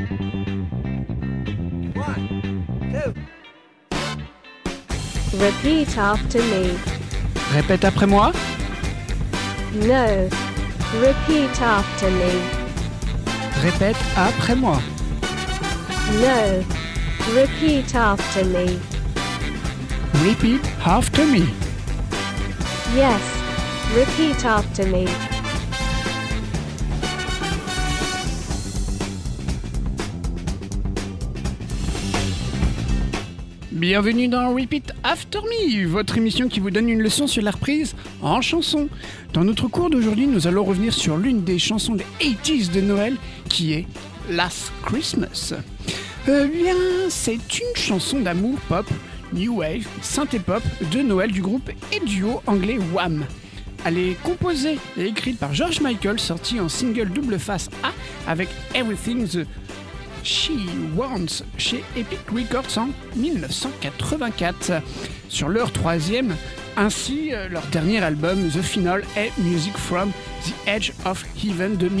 Repeat after me. Répète après moi. No. Repeat after me. Répète après moi. No. Repeat after me. Repeat after me. Yes. Repeat after me. Bienvenue dans Repeat After Me, votre émission qui vous donne une leçon sur la reprise en chanson. Dans notre cours d'aujourd'hui, nous allons revenir sur l'une des chansons des 80s de Noël, qui est Last Christmas. Bien, c'est une chanson d'amour pop, new wave, synthé-pop de Noël du groupe et duo anglais Wham. Elle est composée et écrite par George Michael, sortie en single double face A avec Everything the She Wants chez Epic Records en 1984. Sur leur troisième, ainsi leur dernier album The Final est Music from the Edge of Heaven de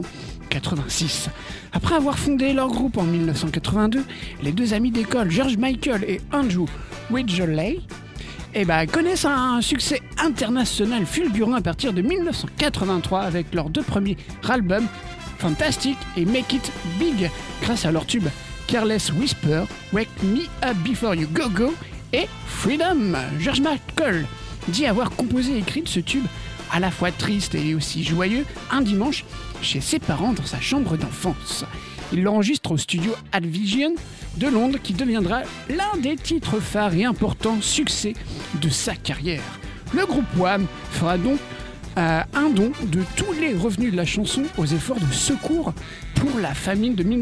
1986. Après avoir fondé leur groupe en 1982, les deux amis d'école George Michael et Andrew Ridgeley connaissent un succès international fulgurant à partir de 1983 avec leurs deux premiers albums Fantastic et Make It Big grâce à leur tube Careless Whisper, Wake Me Up Before You Go Go et Freedom. George Michael dit avoir composé et écrit ce tube à la fois triste et aussi joyeux un dimanche chez ses parents dans sa chambre d'enfance. Il l'enregistre au studio Advision de Londres qui deviendra l'un des titres phares et importants succès de sa carrière. Le groupe Wham fera donc un don de tous les revenus de la chanson aux efforts de secours pour la famine de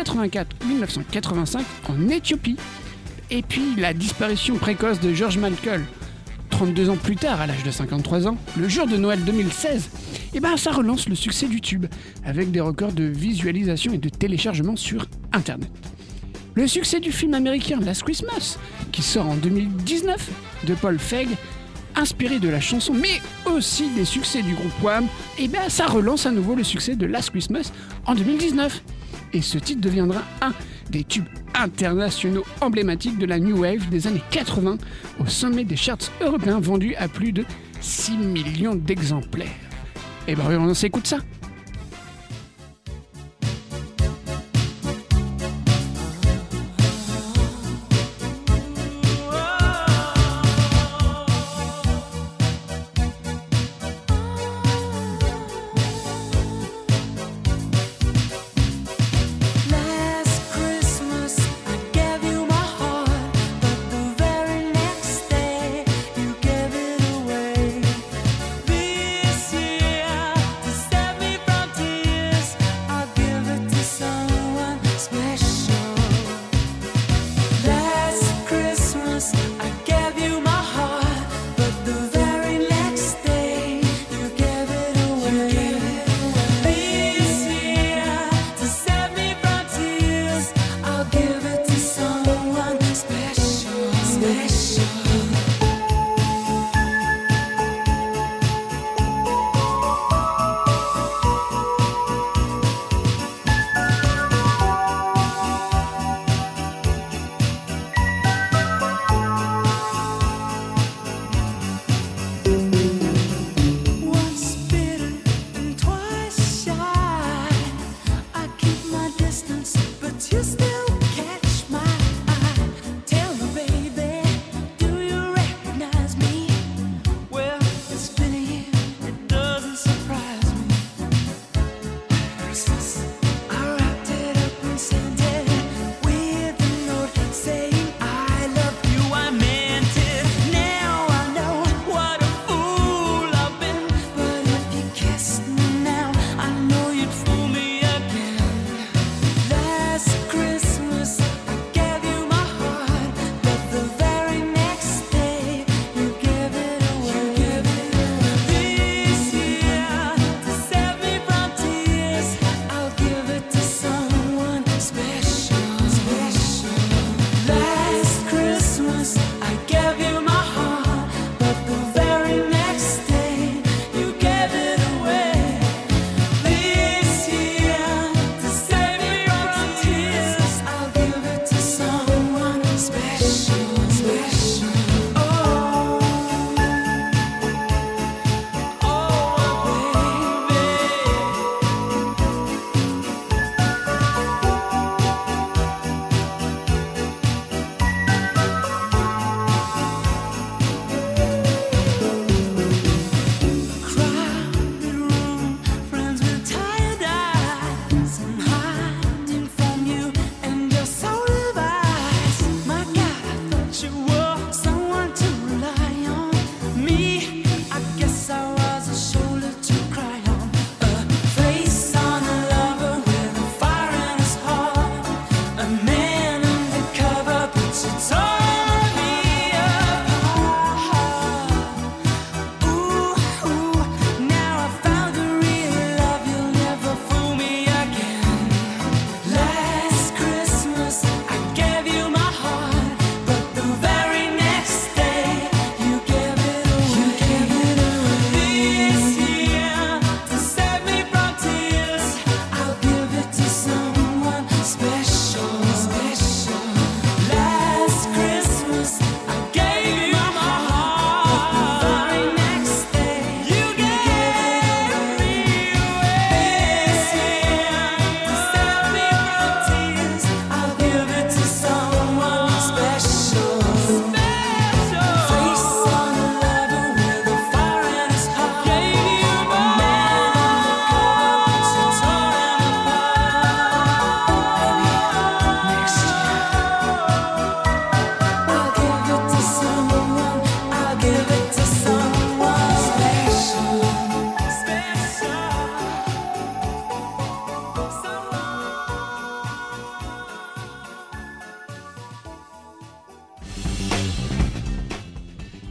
1984-1985 en Éthiopie. Et puis la disparition précoce de George Michael, 32 ans plus tard, à l'âge de 53 ans, le jour de Noël 2016, ça relance le succès du tube, avec des records de visualisation et de téléchargement sur Internet. Le succès du film américain Last Christmas, qui sort en 2019, de Paul Feig, inspiré de la chanson, mais aussi des succès du groupe Wham, ça relance à nouveau le succès de Last Christmas en 2019. Et ce titre deviendra un des tubes internationaux emblématiques de la New Wave des années 80, au sommet des charts européens vendus à plus de 6 millions d'exemplaires. On s'écoute ça. This year, to set me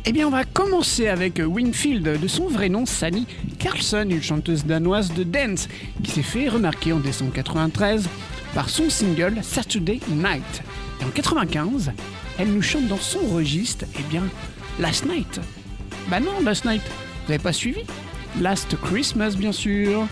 Eh bien, on va commencer avec Winfield, de son vrai nom Sanny Carlson, une chanteuse danoise de dance qui s'est fait remarquer en décembre 93 par son single Saturday Night. Et en 95, elle nous chante dans son registre, eh bien, Last Night. Bah non, Last Night, vous n'avez pas suivi? Last Christmas, bien sûr.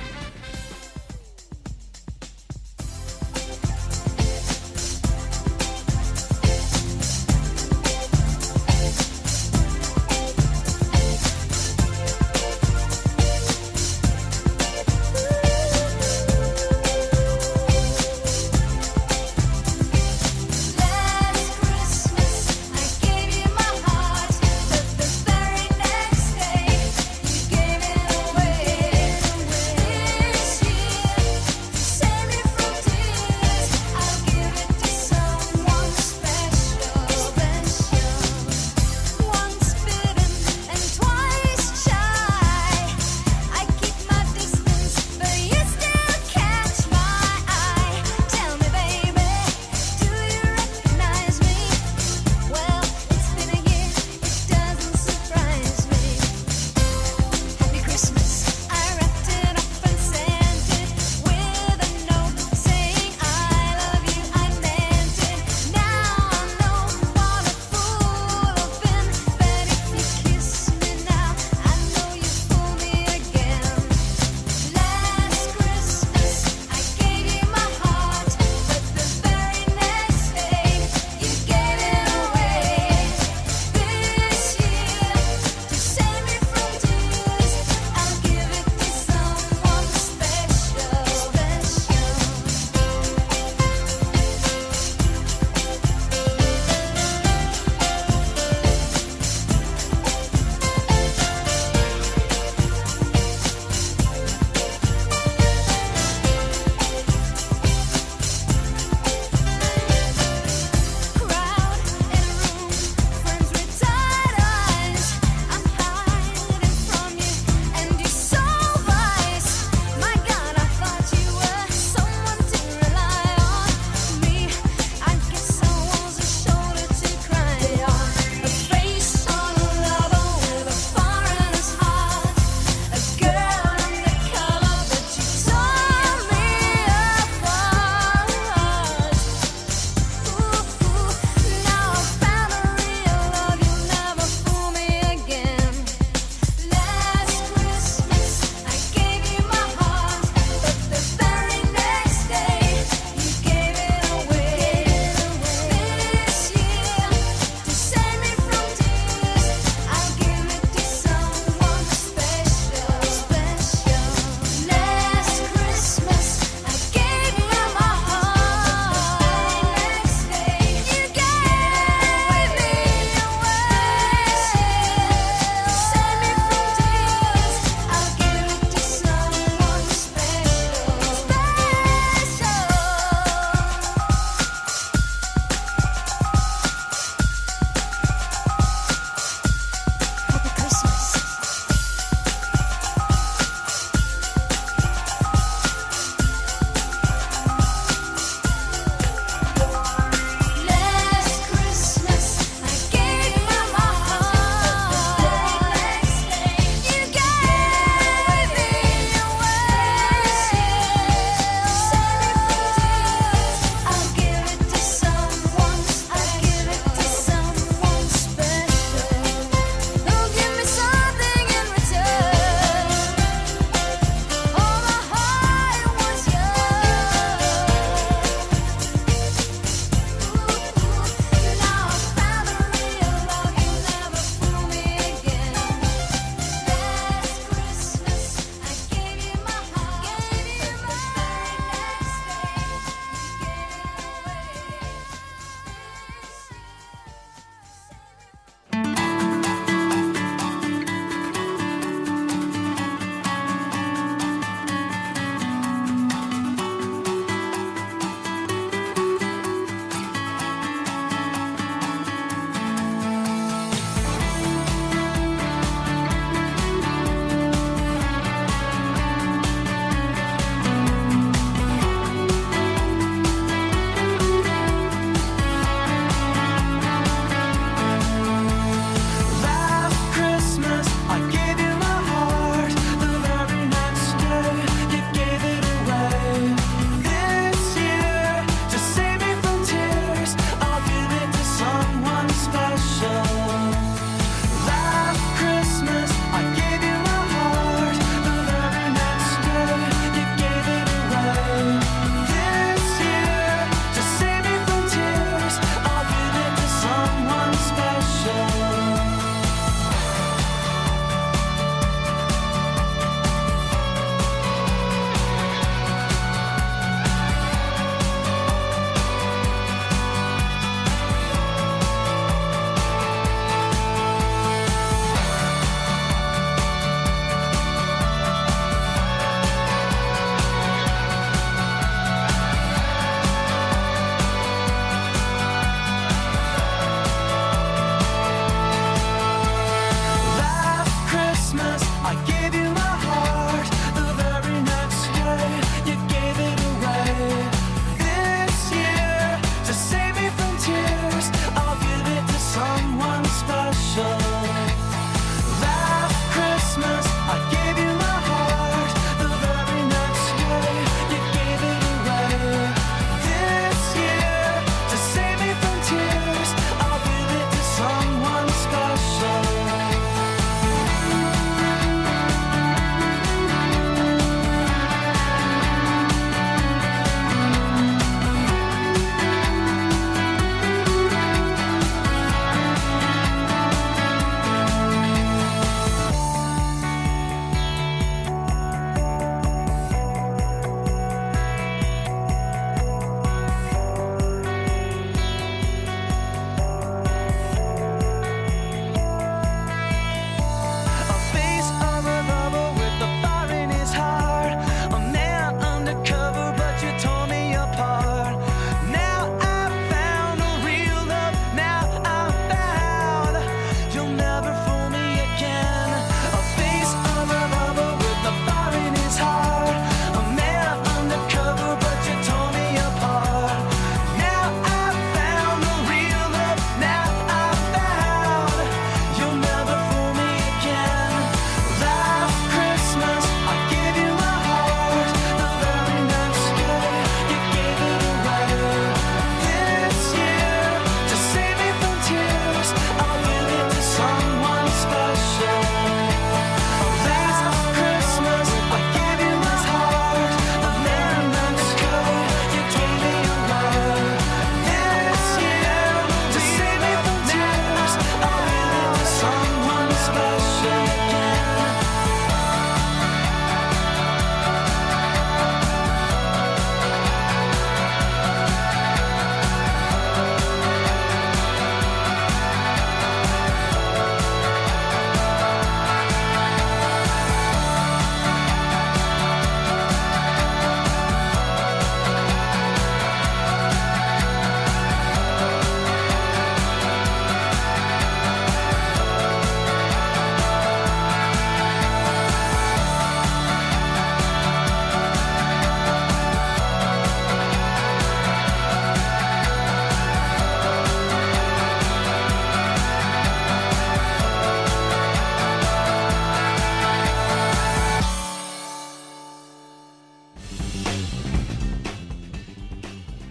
Next day, you gave it away.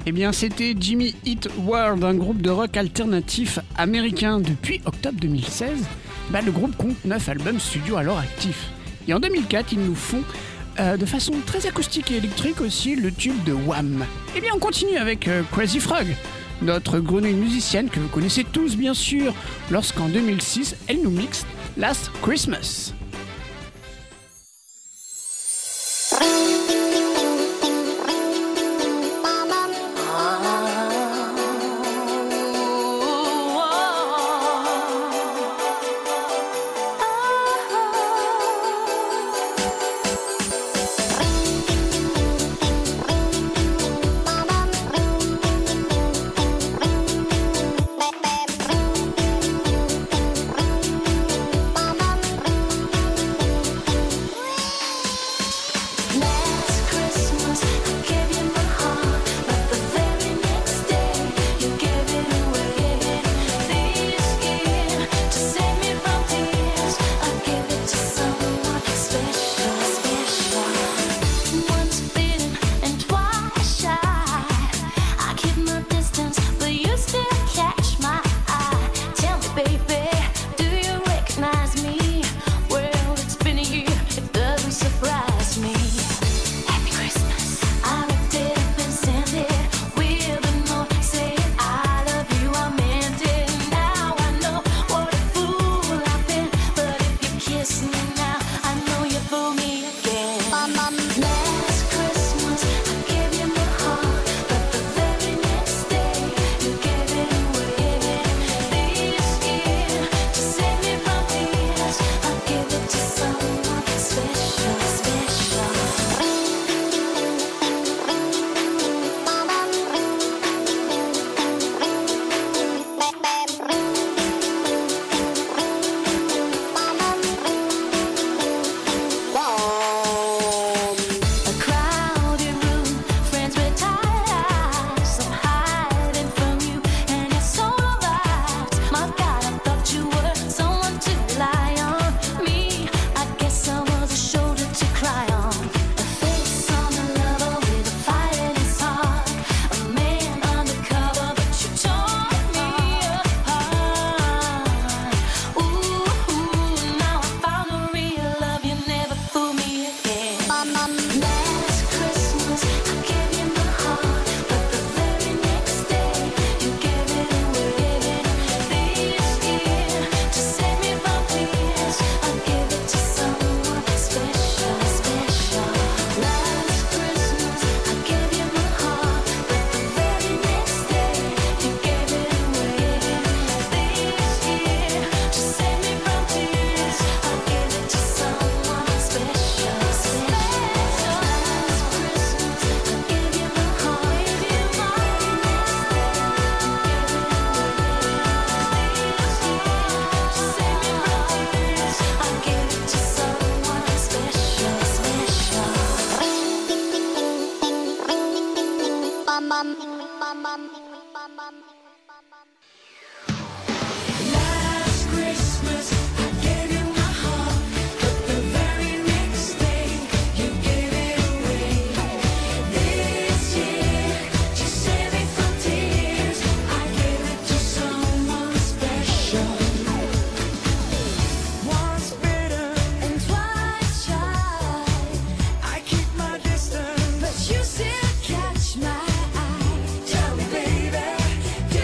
Eh bien, c'était Jimmy Eat World, un groupe de rock alternatif américain. Depuis octobre 2016, le groupe compte 9 albums studio alors actifs. Et en 2004, ils nous font de façon très acoustique et électrique aussi le tube de Wham. Eh bien, on continue avec Crazy Frog, notre grenouille musicienne que vous connaissez tous bien sûr, lorsqu'en 2006, elle nous mixe Last Christmas. But you still catch my eye. Tell me, baby, do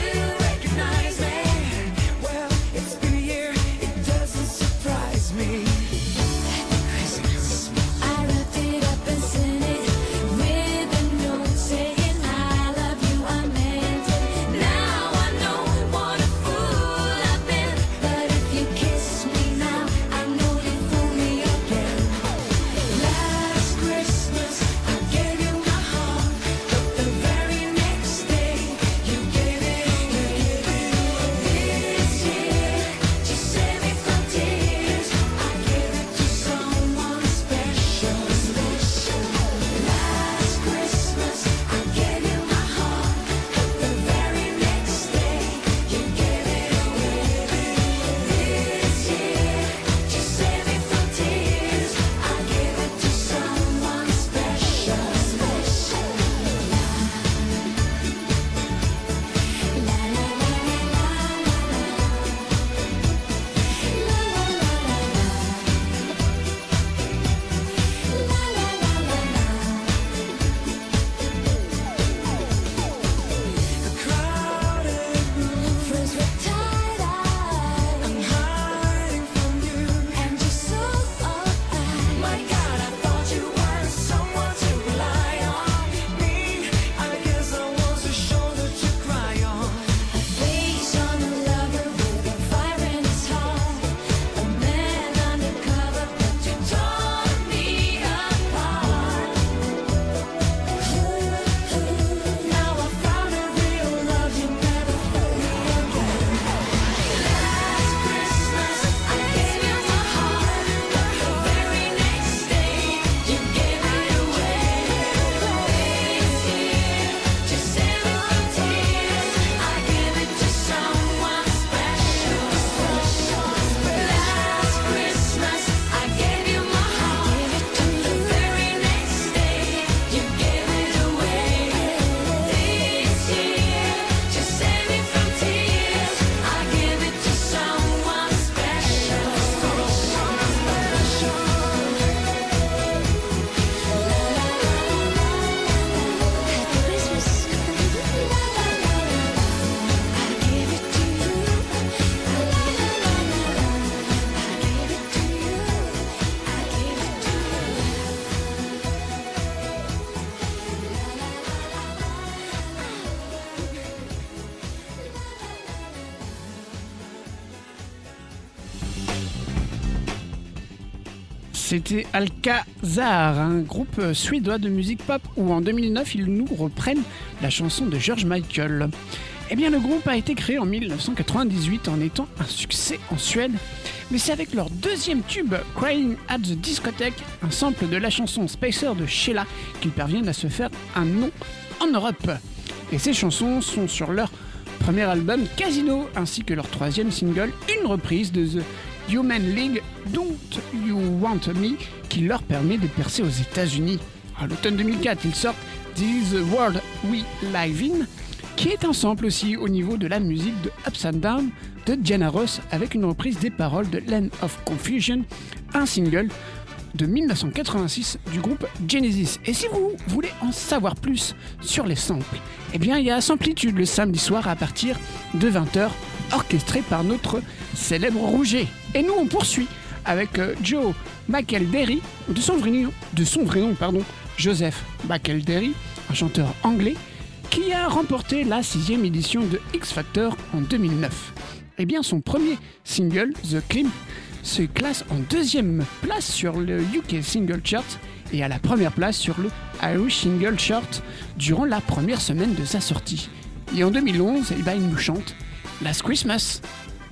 C'était Alcazar, un groupe suédois de musique pop où en 2009 ils nous reprennent la chanson de George Michael. Eh bien, le groupe a été créé en 1998 en étant un succès en Suède, mais c'est avec leur deuxième tube, Crying at the Discotheque, un sample de la chanson Spacer de Sheila, qu'ils parviennent à se faire un nom en Europe. Et ces chansons sont sur leur premier album Casino, ainsi que leur troisième single, une reprise de The Human League, Don't You Want Me, qui leur permet de percer aux États-Unis. À l'automne 2004, ils sortent This is the World We Live In, qui est un sample aussi au niveau de la musique de Ups and Down de Diana Ross, avec une reprise des paroles de Land of Confusion, un single de 1986 du groupe Genesis. Et si vous voulez en savoir plus sur les samples, eh bien il y a Samplitude le samedi soir à partir de 20h, orchestré par notre célèbre Rouget. Et nous on poursuit avec Joe McElderry, de son vrai nom, Joseph McElderry, un chanteur anglais, qui a remporté la 6e édition de X Factor en 2009. Eh bien son premier single, The Climb, se classe en 2e place sur le UK Single Chart et à la première place sur le Irish Single Chart durant la première semaine de sa sortie. Et en 2011, il nous chante Last Christmas.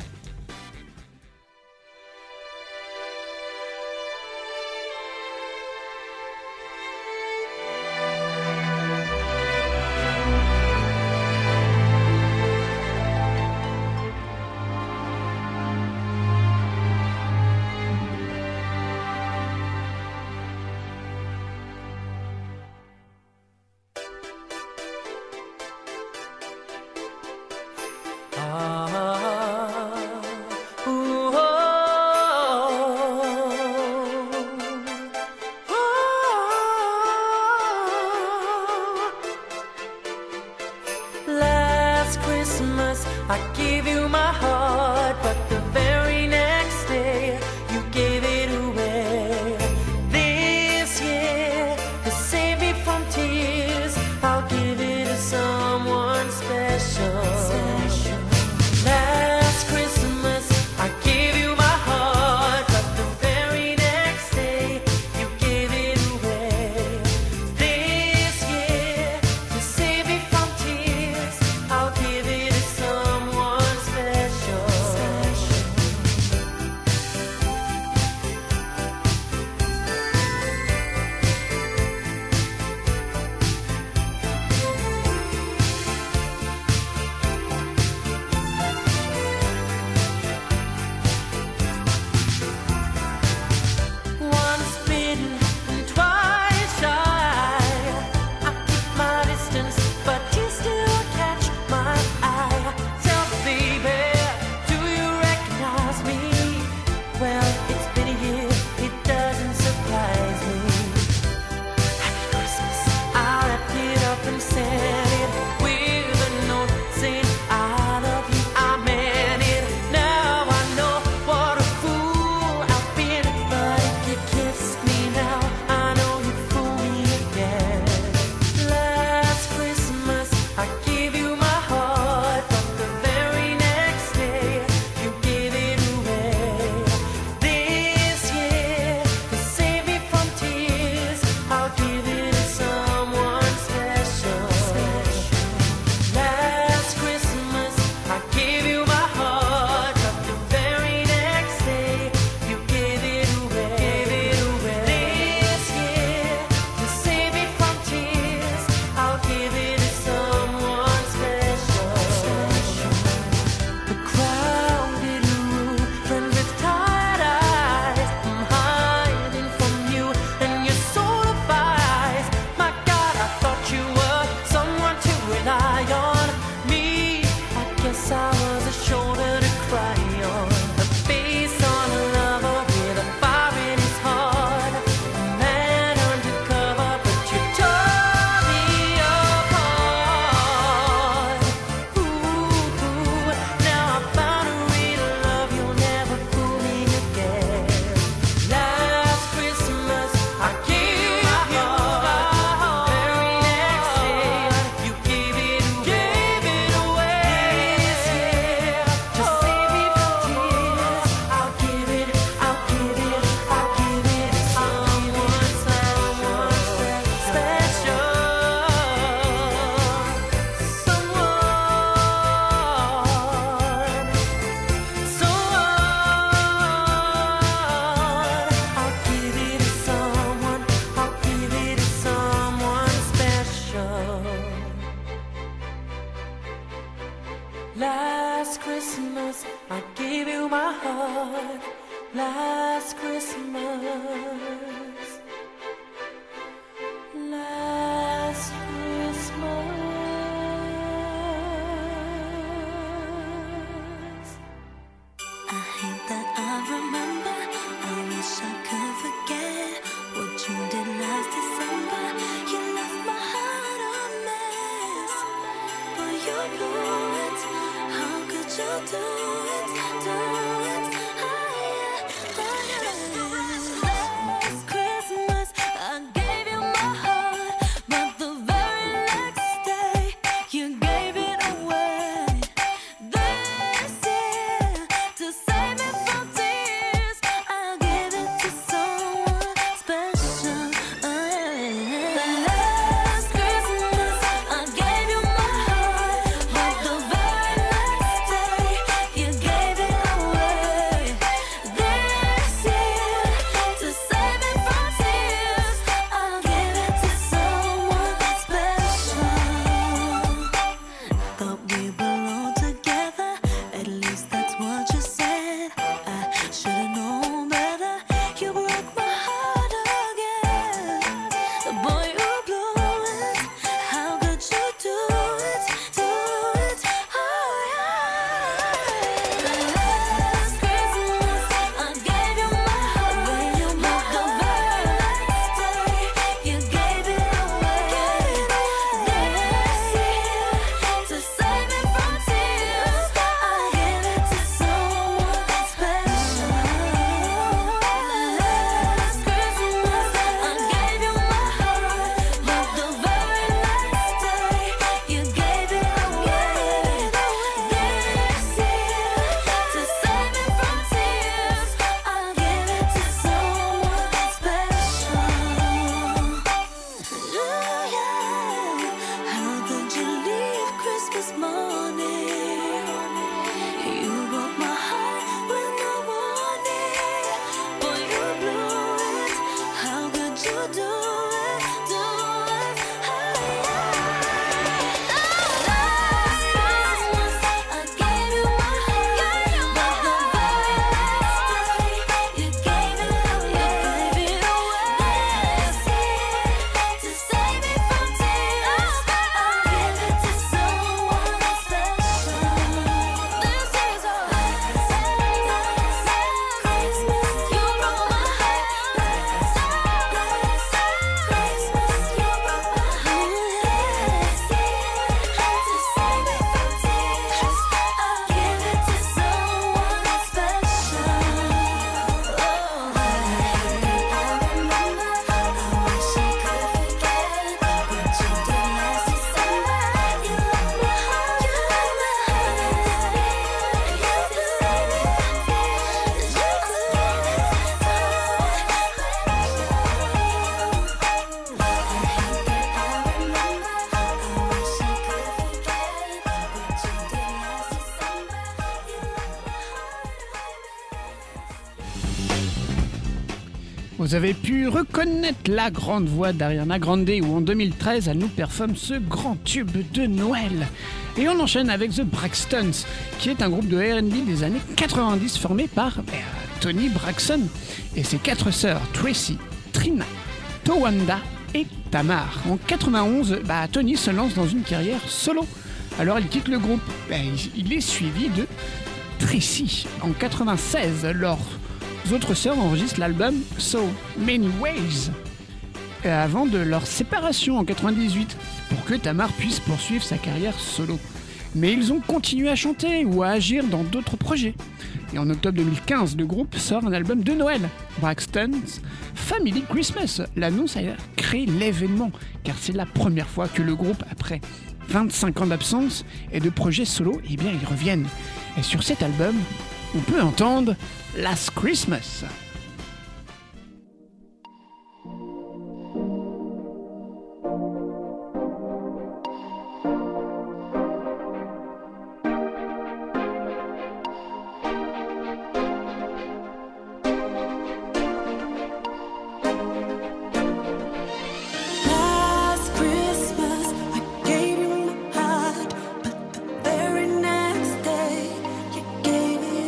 I gave you my heart, but the very next day you gave it away. This year to save me from tears, I'll give it to someone special. Last Christmas I gave you my heart, but the very next day you gave it away. This year to save me from tears, I'll give it to someone special. I gave you my heart last Christmas. Last Christmas. I hate that I remember. I wish I could forget what you did last December. You left my heart a mess, but you blew it. How could you do it? Do it? Last Christmas, I gave you my heart, but the very next day you gave it away. This year, to save me from tears, I'll give it to someone special. The last Christmas, I gave you my heart, but the very next day you gave it away. This year, to save me from tears, I'll give it to someone special. Thought we belonged together, at least that's what you said. I should've known better. You broke my heart again. Boy, you blew it. How could you do it? Do it? Oh yeah. The last Christmas, I gave you my heart, but the very next day you gave it away. This year, to save me from tears, I'll give it to someone special. Last Christmas, I gave you my heart, but the very next day you gave it away. This year, to save me from tears, I'll give it to someone special. How could you leave Christmas morning? You broke my heart with no warning. Boy, you blew it. How could you do it? Do it? Last Christmas, I gave you my heart, but the very next day you gave it away. This year, to save me from tears, I'll give it to someone special. This is our last Christmas. You broke my heart. Last Christmas, you broke my heart. This year, to save me from tears, I'll give it to someone special. Oh, I remember. I wish I could forget what you did last December. You left my heart, you left my heart. You to save me from tears, you to give it to someone special. I hate that I remember. I wish I could forget what you did last December. You left my heart. Vous avez pu reconnaître la grande voix d'Ariana Grande où en 2013 elle nous performe ce grand tube de Noël. Et on enchaîne avec The Braxtons, qui est un groupe de R&B des années 90 formé par Toni Braxton et ses 4 sœurs Tracy, Trina, Towanda et Tamar. En 91, Toni se lance dans une carrière solo. Alors elle quitte le groupe. Il est suivi de Tracy. En 96, leurs autres sœurs enregistrent l'album So Many Ways avant de leur séparation en 98 pour que Tamar puisse poursuivre sa carrière solo. Mais ils ont continué à chanter ou à agir dans d'autres projets. Et en octobre 2015, le groupe sort un album de Noël, Braxton's Family Christmas. L'annonce a créé l'événement, car c'est la première fois que le groupe, après 25 ans d'absence et de projets solo, ils reviennent. Et sur cet album, on peut entendre Last Christmas. Gave you my heart, but the very next day you gave it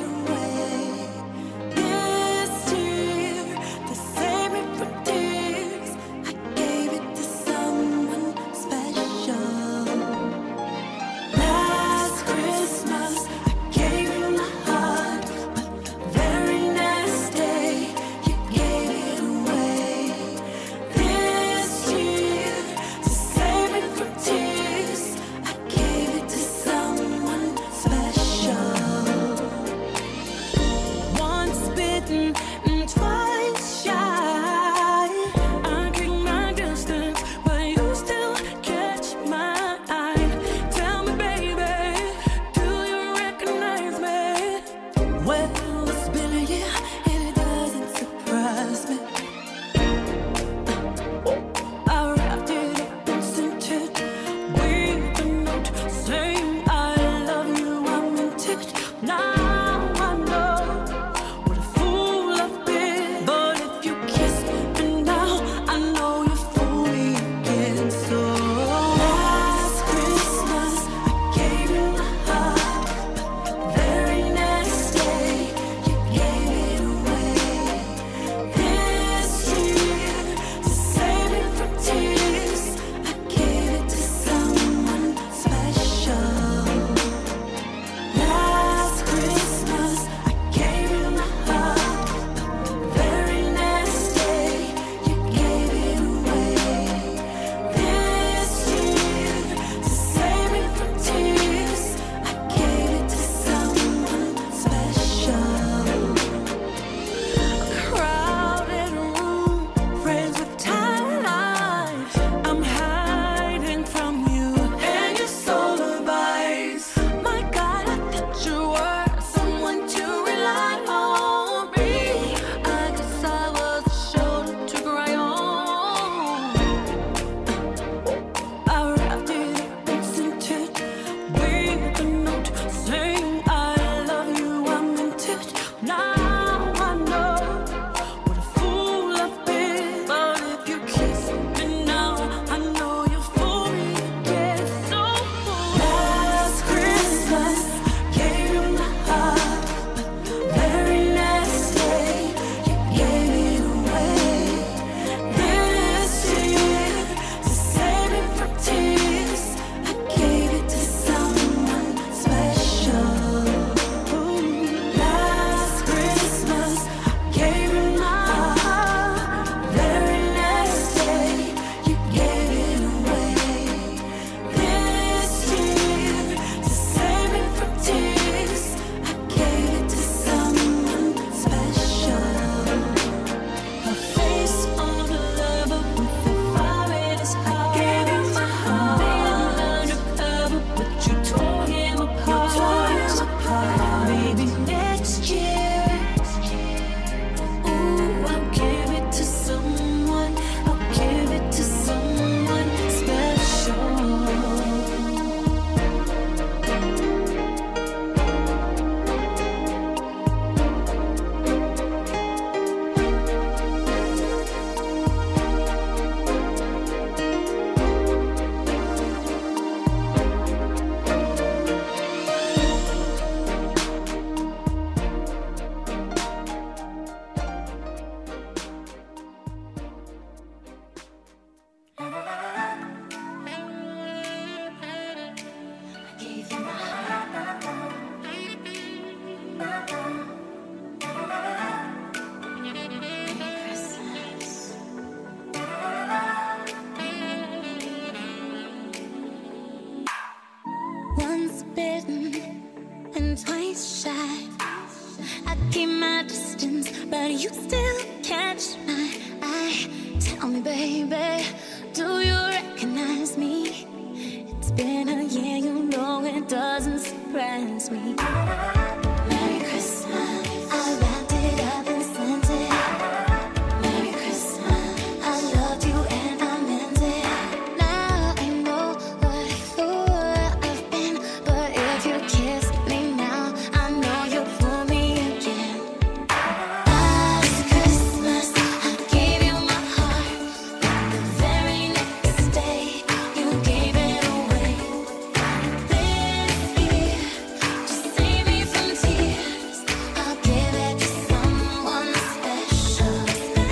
bitten and twice shy. I keep my distance, but you still catch my eye. Tell me, baby, do you recognize me? It's been a year, you know it doesn't surprise me. Merry Christmas, I wrapped it up and sent it. Merry Christmas, I loved you and I meant it. Now I know what a fool I've been, but if you kiss me now, I know you'll fool me again. Last Christmas, I gave you my heart, but the very next day, you gave it away. This year, to save me from tears, I'll give it to someone special.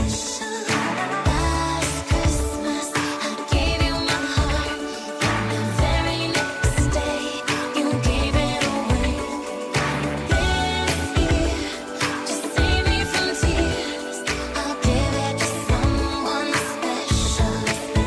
Last Christmas, I gave you my heart, but the very next day, you gave it away. This year, to save me from tears, I'll give it to someone special.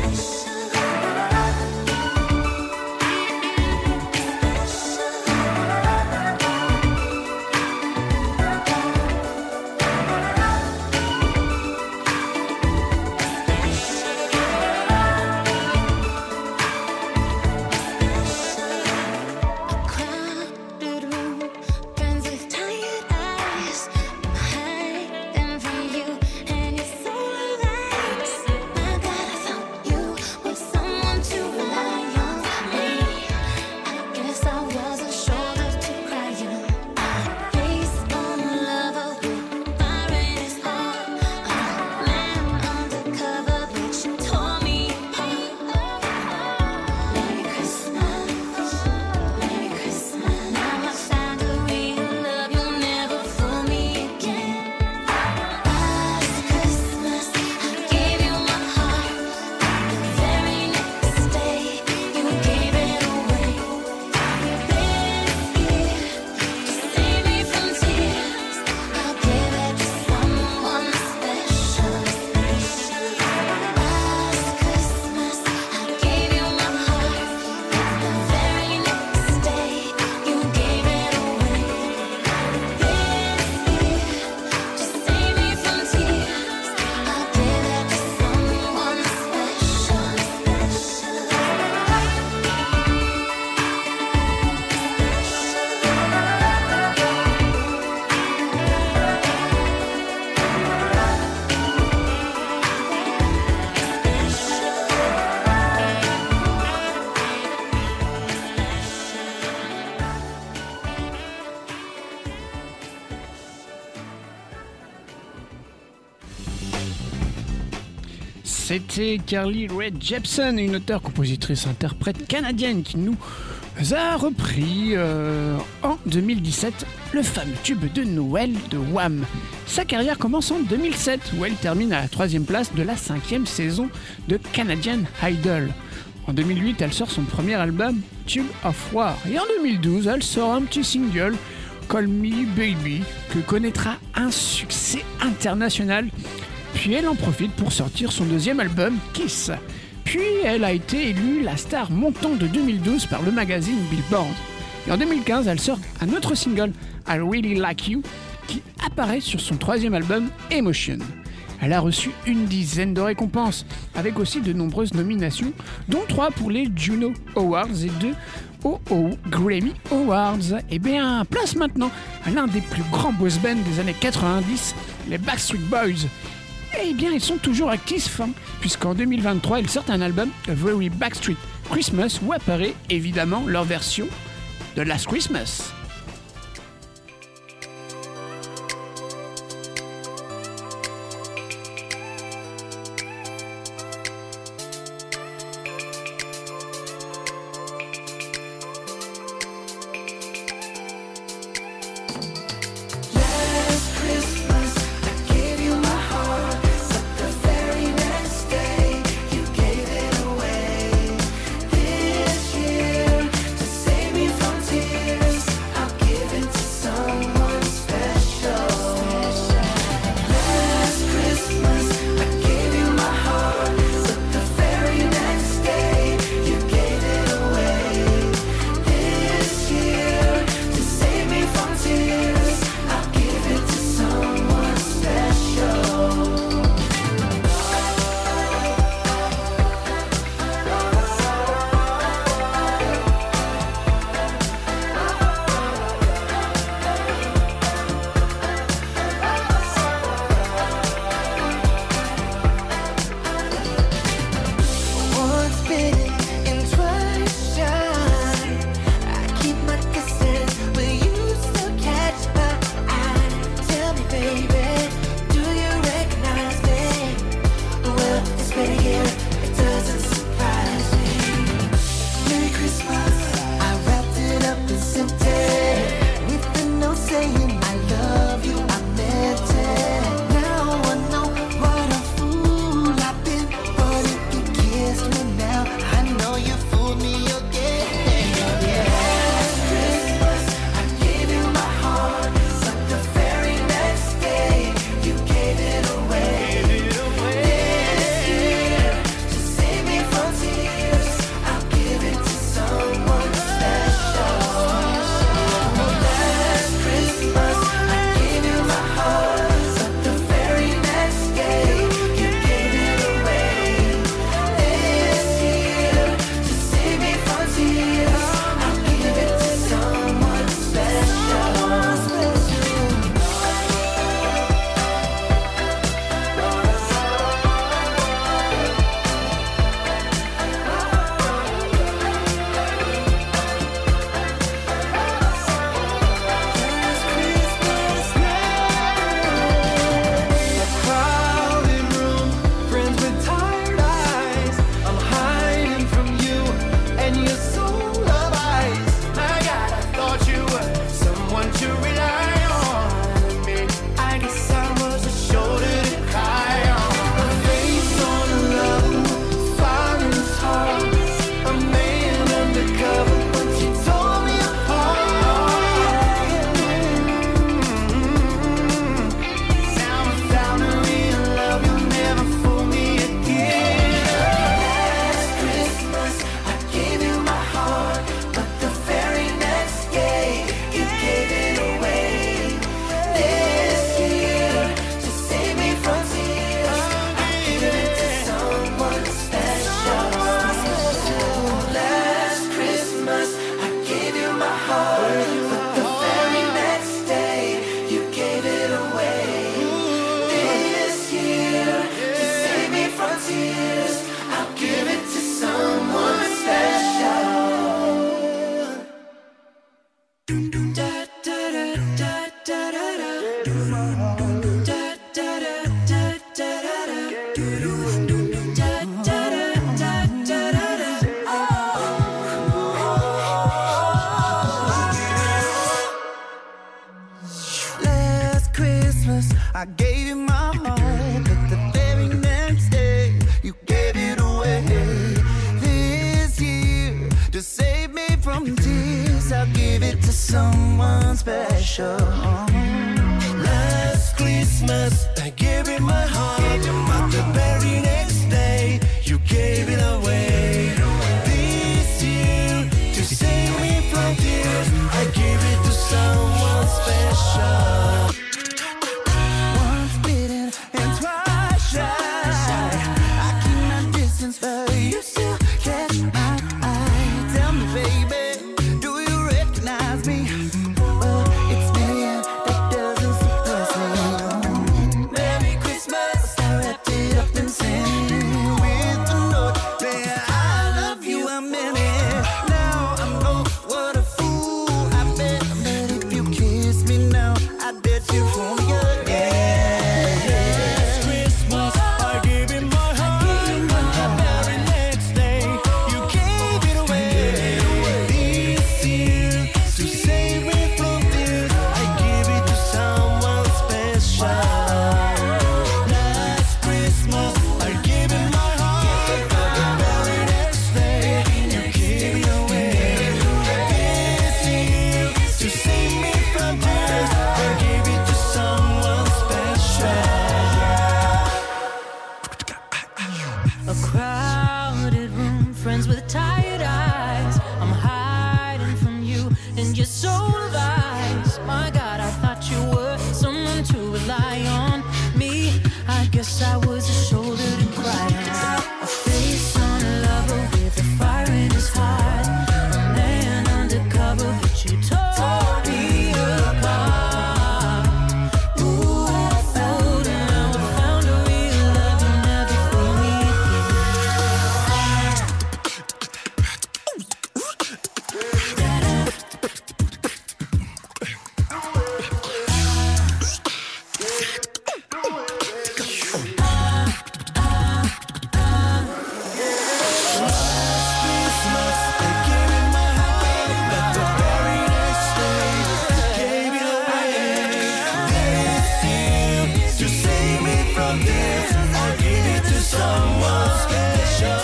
A crowded room, friends with tired eyes, hiding from you and your solar lights. My God, I thought you were someone to rely on. Me, I guess I was a shoulder to cry on. Face on the lover with fire in his heart, a man undercover which tore me apart. Merry Christmas. Merry Christmas. Now I found a real love, you'll never fool me again. Last Christmas, I gave you my heart. The very next day, you gave it away. This year, to save me from tears, I'll give it to someone special. Last Christmas, I gave you my heart. The very next day, you gave it away. This year, to save me from tears, I'll give it to someone C'était Carly Rae Jepsen, une auteure, compositrice, interprète canadienne qui nous a repris en 2017 le fameux tube de Noël de Wham. Sa carrière commence en 2007 où elle termine à la 3e place de la 5e saison de Canadian Idol. En 2008, elle sort son premier album, Tube of War. Et en 2012, elle sort un petit single, Call Me Baby, que connaîtra un succès international. Puis elle en profite pour sortir son deuxième album, Kiss. Puis elle a été élue la star montante de 2012 par le magazine Billboard. Et en 2015, elle sort un autre single, I Really Like You, qui apparaît sur son troisième album, Emotion. Elle a reçu une dizaine de récompenses, avec aussi de nombreuses nominations, dont 3 pour les Juno Awards et 2 aux Grammy Awards. Et bien, place maintenant à l'un des plus grands boys bands des années 90, les Backstreet Boys. Eh bien, ils sont toujours actifs, hein, puisqu'en 2023, ils sortent un album, A Very Backstreet Christmas, où apparaît évidemment leur version de Last Christmas. special. Last Christmas, I gave you my heart, but the very next day, you gave it away. This year, to save me from tears, I'll give it to someone special. Last Christmas, I gave you my heart, but the very next day, you gave it away. This year, to save me from tears, I give it to someone special. Once bitten and twice shy, I keep my distance, but you still catch my eye. Tell me, baby, do you recognize me? Well, it's me, and that doesn't surprise me. Merry Christmas, I wrapped it up and sent it with a note. Man, I love you, I meant it. Now I know what a fool I've been. But if you kiss me now, I bet you for me again. Last Christmas, I gave you my heart, but the very next day, you gave it away. This year, to save me from tears, I give it to someone special. Last Christmas, I gave you my heart, but the very next day, you gave it away. This year, to save me from tears, I gave it to someone special. A crowded room, friends with tired eyes. I'm hiding from you and your soul of eyes. My God, I thought you were someone to rely on. Me, I guess I was a shoulder to cry on. A face on a lover with a fire in his heart. A man undercover, but you tore me apart. Ooh, I felt and now I found a real love you never fooled me Christmas, I gave you my heart, but the very next day, you gave it away. This year, to save me from this, I give it to someone special.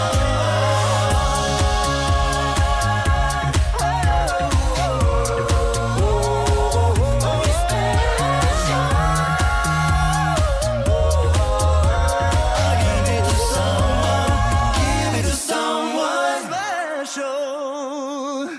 I give it to someone special.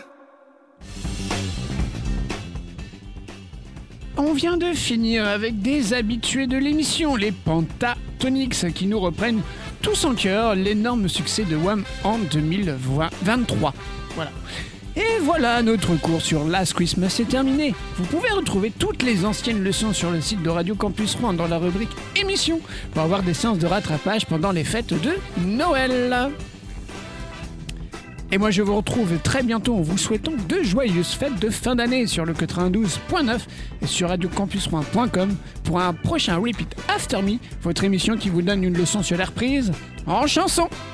On vient de finir avec des habitués de l'émission, les Pentatonix, qui nous reprennent tous en chœur l'énorme succès de Wham en 2023. Voilà. Et voilà, notre cours sur Last Christmas est terminé. Vous pouvez retrouver toutes les anciennes leçons sur le site de Radio Campus Rouen dans la rubrique émissions pour avoir des séances de rattrapage pendant les fêtes de Noël. Et moi je vous retrouve très bientôt en vous souhaitant de joyeuses fêtes de fin d'année sur le 92.9 et sur radiocampusrouen.com pour un prochain Repeat After Me, votre émission qui vous donne une leçon sur l'air prise en chanson.